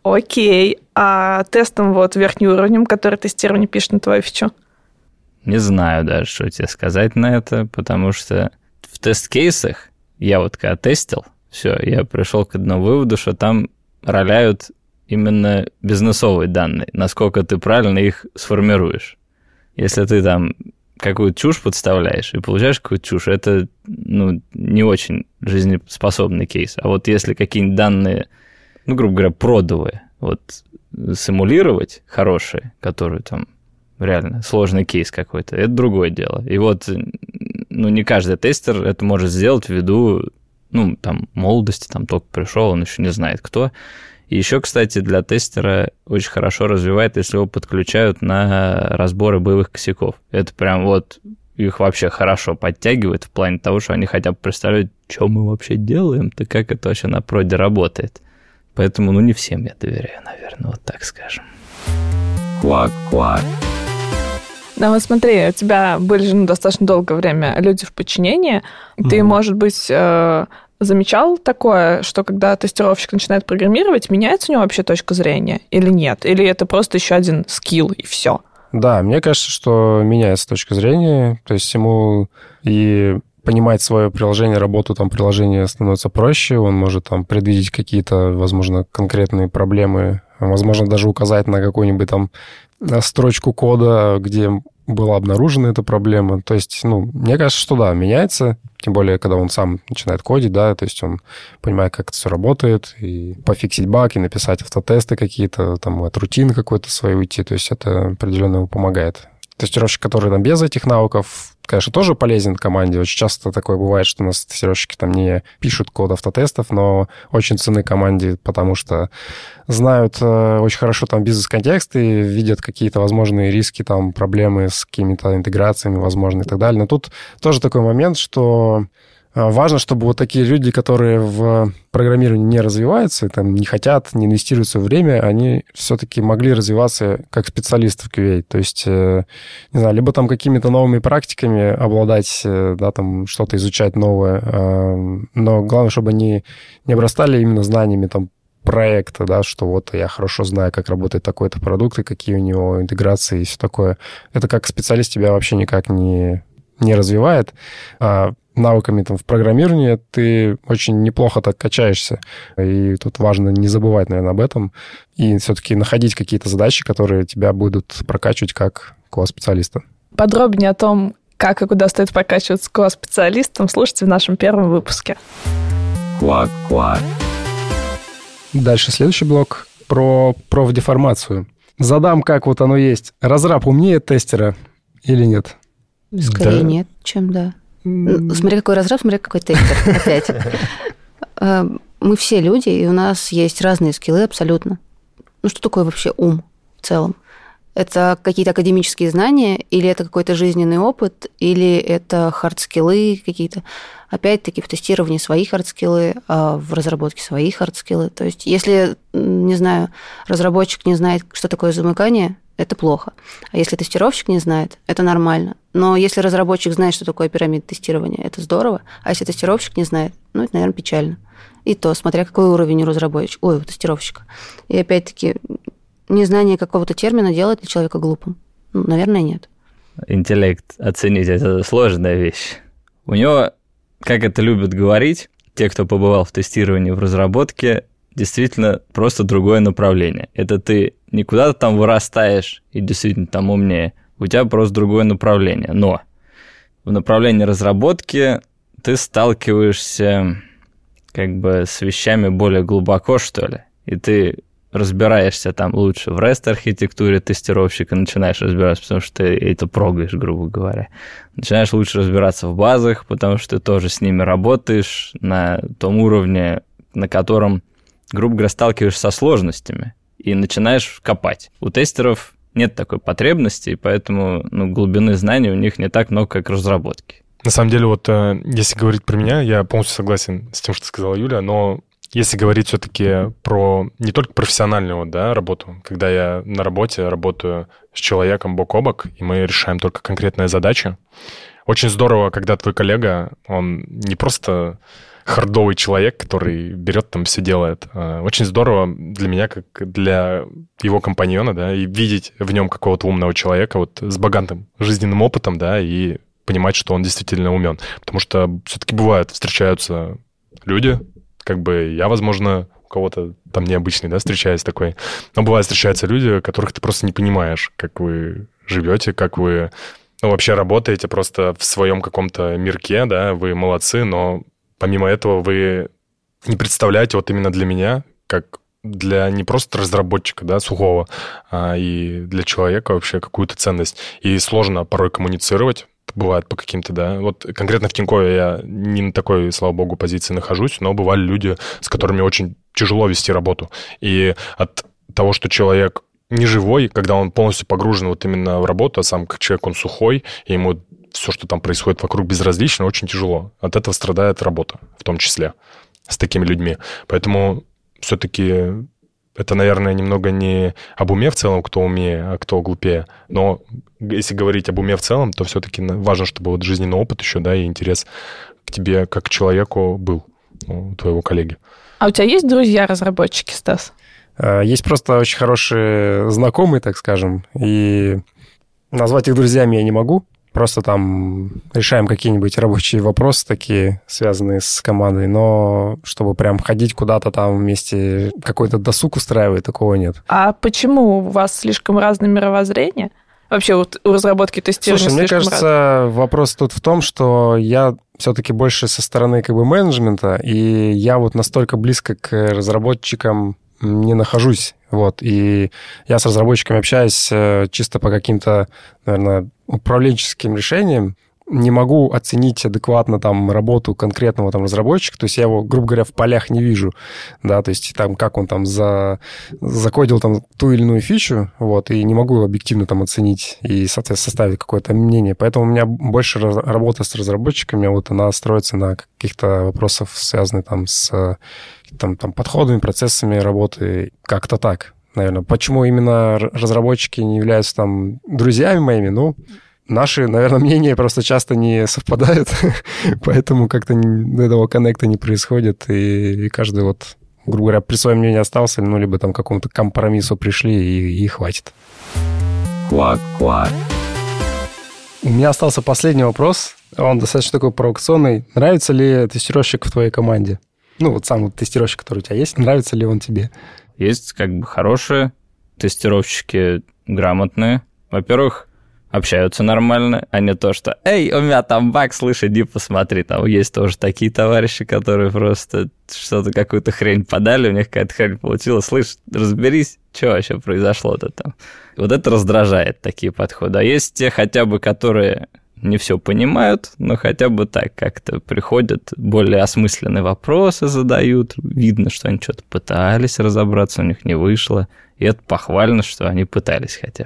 Окей. А тестом вот верхним уровнем, который тестирование пишет на твою фичу? Не знаю даже, что тебе сказать на это, потому что в тест-кейсах я вот когда тестил, все, я пришел к одному выводу, что там роляют именно бизнесовые данные, насколько ты правильно их сформируешь. Если ты там какую-то чушь подставляешь и получаешь какую-то чушь, это ну, не очень жизнеспособный кейс. А вот если какие-нибудь данные, ну, грубо говоря, продовые, вот симулировать хорошие, которые там реально сложный кейс какой-то, это другое дело. И вот, ну, не каждый тестер это может сделать ввиду, ну, там, молодости, там, только пришел, он еще не знает кто. И еще, кстати, для тестера очень хорошо развивает, если его подключают на разборы боевых косяков. Это прям вот их вообще хорошо подтягивает в плане того, что они хотя бы представляют, что мы вообще делаем-то, как это вообще на проде работает. Поэтому, ну, не всем я доверяю, наверное, вот так скажем. Квак-квак. Да, вот смотри, у тебя были же ну, достаточно долгое время люди в подчинении. Mm-hmm. Ты, может быть, замечал такое, что когда тестировщик начинает программировать, меняется у него вообще точка зрения или нет? Или это просто еще один скилл и все? Да, мне кажется, что меняется точка зрения. То есть ему и понимать свое приложение, работу там приложения становится проще. Он может там предвидеть какие-то, возможно, конкретные проблемы, возможно, даже указать на какую-нибудь там строчку кода, где была обнаружена эта проблема. То есть, ну, мне кажется, что да, меняется, тем более, когда он сам начинает кодить, да, то есть он понимает, как это все работает, и пофиксить баг, и написать автотесты какие-то, там, от рутины какой-то своей уйти, то есть это определенно ему помогает. Тестировщик, который там без этих навыков, конечно, тоже полезен команде. Очень часто такое бывает, что у нас тестировщики там не пишут код автотестов, но очень ценны команде, потому что знают э, очень хорошо там бизнес-контекст и видят какие-то возможные риски, там, проблемы с какими-то интеграциями, возможно, и так далее. Но тут тоже такой момент, что важно, чтобы вот такие люди, которые в программировании не развиваются, там, не хотят, не инвестируют свое время, они все-таки могли развиваться как специалисты в кью эй. То есть, не знаю, либо там какими-то новыми практиками обладать, да, там что-то изучать новое, но главное, чтобы они не обрастали именно знаниями там проекта, да, что вот я хорошо знаю, как работает такой-то продукт, и какие у него интеграции и все такое. Это как специалист тебя вообще никак не, не развивает. А навыками там, в программировании ты очень неплохо так качаешься. И тут важно не забывать, наверное, об этом. И все-таки находить какие-то задачи, которые тебя будут прокачивать как квас-специалиста. Подробнее о том, как и куда стоит прокачиваться квас-специалистом, слушайте в нашем первом выпуске. Квак-квак. Дальше следующий блок про профдеформацию. Задам, как вот оно есть. Разраб умнее тестера или нет? Скорее да. нет, чем да. Смотри, какой разраб, смотри, какой тестер. Опять. Мы все люди, и у нас есть разные скиллы абсолютно. Ну, что такое вообще ум в целом? Это какие-то академические знания, или это какой-то жизненный опыт, или это хардскиллы какие-то. Опять-таки в тестировании свои хардскиллы, а в разработке свои хардскиллы. То есть если, не знаю, разработчик не знает, что такое замыкание, это плохо. А если тестировщик не знает, это нормально. Но если разработчик знает, что такое пирамида тестирования, это здорово. А если тестировщик не знает, ну, это, наверное, печально. И то, смотря какой уровень у разработчика, ой, у тестировщика. И опять-таки, незнание какого-то термина делает ли человека глупым? Ну, наверное, нет. Интеллект оценить – это сложная вещь. У него, как это любят говорить, те, кто побывал в тестировании, в разработке, действительно просто другое направление. Это ты не куда-то там вырастаешь и действительно там умнее, у тебя просто другое направление. Но в направлении разработки ты сталкиваешься как бы с вещами более глубоко, что ли, и ты разбираешься там лучше в REST-архитектуре тестировщика, начинаешь разбираться, потому что ты это прогаешь, грубо говоря. Начинаешь лучше разбираться в базах, потому что ты тоже с ними работаешь на том уровне, на котором, грубо говоря, сталкиваешься со сложностями и начинаешь копать. У тестеров нет такой потребности, и поэтому ну, глубины знаний у них не так много, как разработки. На самом деле, вот если говорить про меня, я полностью согласен с тем, что сказала Юля, но если говорить все-таки про не только профессиональную да, работу, когда я на работе работаю с человеком бок о бок, и мы решаем только конкретные задачи, очень здорово, когда твой коллега, он не просто хардовый человек, который берет там все делает. Очень здорово для меня, как для его компаньона, да, и видеть в нем какого-то умного человека вот с богатым жизненным опытом, да, и понимать, что он действительно умен. Потому что все-таки бывает, встречаются люди, как бы я, возможно, у кого-то там необычный, да, встречаюсь такой, но бывает, встречаются люди, которых ты просто не понимаешь, как вы живете, как вы, ну, вообще работаете просто в своем каком-то мирке, да, вы молодцы, но помимо этого вы не представляете вот именно для меня, как для не просто разработчика, да, сухого, а и для человека вообще какую-то ценность. И сложно порой коммуницировать, бывает по каким-то, да. Вот конкретно в Тинькове я не на такой, слава богу, позиции нахожусь, но бывали люди, с которыми очень тяжело вести работу. И от того, что человек не живой, когда он полностью погружен вот именно в работу, а сам как человек, он сухой, и ему все, что там происходит вокруг, безразлично, очень тяжело. От этого страдает работа, в том числе, с такими людьми. Поэтому все-таки это, наверное, немного не об уме в целом, кто умнее, а кто глупее. Но если говорить об уме в целом, то все-таки важно, чтобы вот жизненный опыт еще, да, и интерес к тебе как к человеку был у твоего коллеги. А у тебя есть друзья-разработчики, Стас? Есть просто очень хорошие знакомые, так скажем, и назвать их друзьями я не могу. Просто там решаем какие-нибудь рабочие вопросы такие, связанные с командой, но чтобы прям ходить куда-то там вместе, какой-то досуг устраивать, такого нет. А почему у вас слишком разное мировоззрение? Вообще вот у разработки тестирования Слушай, мне кажется, разное. Вопрос тут в том, что я все-таки больше со стороны как бы менеджмента, и я вот настолько близко к разработчикам не нахожусь. Вот, и я с разработчиками общаюсь чисто по каким-то, наверное, управленческим решениям. Не могу оценить адекватно там работу конкретного там разработчика, то есть я его, грубо говоря, в полях не вижу, да, то есть там как он там за, закодил там ту или иную фичу, вот, и не могу объективно там оценить и, соответственно, составить какое-то мнение. Поэтому у меня больше работа с разработчиками, вот она строится на каких-то вопросах, связанных там с там, там, подходами, процессами работы, как-то так, наверное. Почему именно разработчики не являются там друзьями моими? Ну, наши, наверное, мнения просто часто не совпадают, поэтому как-то этого коннекта не происходит, и, и каждый вот, грубо говоря, при своем мнении остался, ну, либо там к какому-то компромиссу пришли, и, и хватит. Квак-квак. У меня остался последний вопрос, он достаточно такой провокационный. Нравится ли тестировщик в твоей команде? Ну, вот сам вот тестировщик, который у тебя есть, нравится ли он тебе? Есть как бы хорошие тестировщики, грамотные. Во-первых, общаются нормально, а не то, что «Эй, у меня там баг, слышь, иди посмотри». Там есть тоже такие товарищи, которые просто что-то, какую-то хрень подали, у них какая-то хрень получилась. «Слышь, разберись, что вообще произошло-то там». Вот это раздражает, такие подходы. А есть те хотя бы, которые не все понимают, но хотя бы так как-то приходят, более осмысленные вопросы задают. Видно, что они что-то пытались разобраться, у них не вышло. И это похвально, что они пытались хотя бы.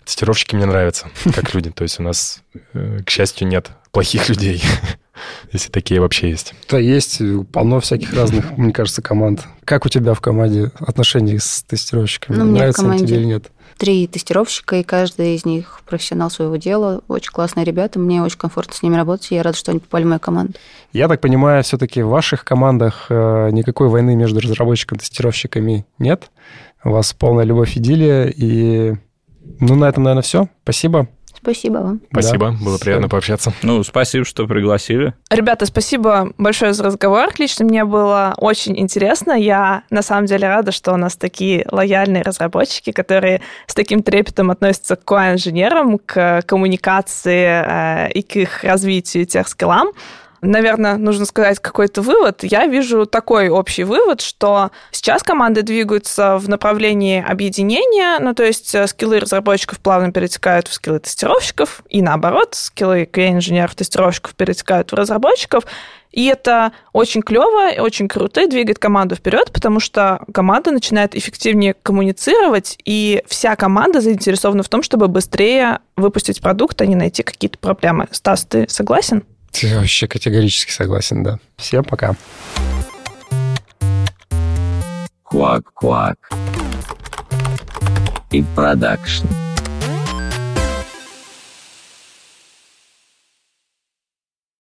Тестировщики мне нравятся, как люди. То есть у нас, к счастью, нет плохих людей, если такие вообще есть. Да, есть полно всяких разных, мне кажется, команд. Как у тебя в команде отношения с тестировщиками? Ну, у меня в Нравится они команде тебе или нет? Три тестировщика, и каждый из них профессионал своего дела. Очень классные ребята, мне очень комфортно с ними работать, и я рада, что они попали в мою команду. Я так понимаю, все-таки в ваших командах никакой войны между разработчиками и тестировщиками нет? У вас полная любовь, идиллия, и... Ну, на этом, наверное, все. Спасибо. Спасибо вам. Спасибо, Да. было приятно пообщаться. Ну, спасибо, что пригласили. Ребята, спасибо большое за разговор. Лично мне было очень интересно. Я на самом деле рада, что у нас такие лояльные разработчики, которые с таким трепетом относятся к кью эй-инженерам, к коммуникации э, и к их развитию, тех скиллам. Наверное, нужно сказать какой-то вывод. Я вижу такой общий вывод, что сейчас команды двигаются в направлении объединения, ну, то есть скиллы разработчиков плавно перетекают в скиллы тестировщиков, и наоборот, скиллы кью эй-инженеров, тестировщиков перетекают в разработчиков. И это очень клево, очень круто и двигает команду вперед, потому что команда начинает эффективнее коммуницировать, и вся команда заинтересована в том, чтобы быстрее выпустить продукт, а не найти какие-то проблемы. Стас, ты согласен? Я вообще категорически согласен, да. Всем пока. Quack Quack. И продакшн.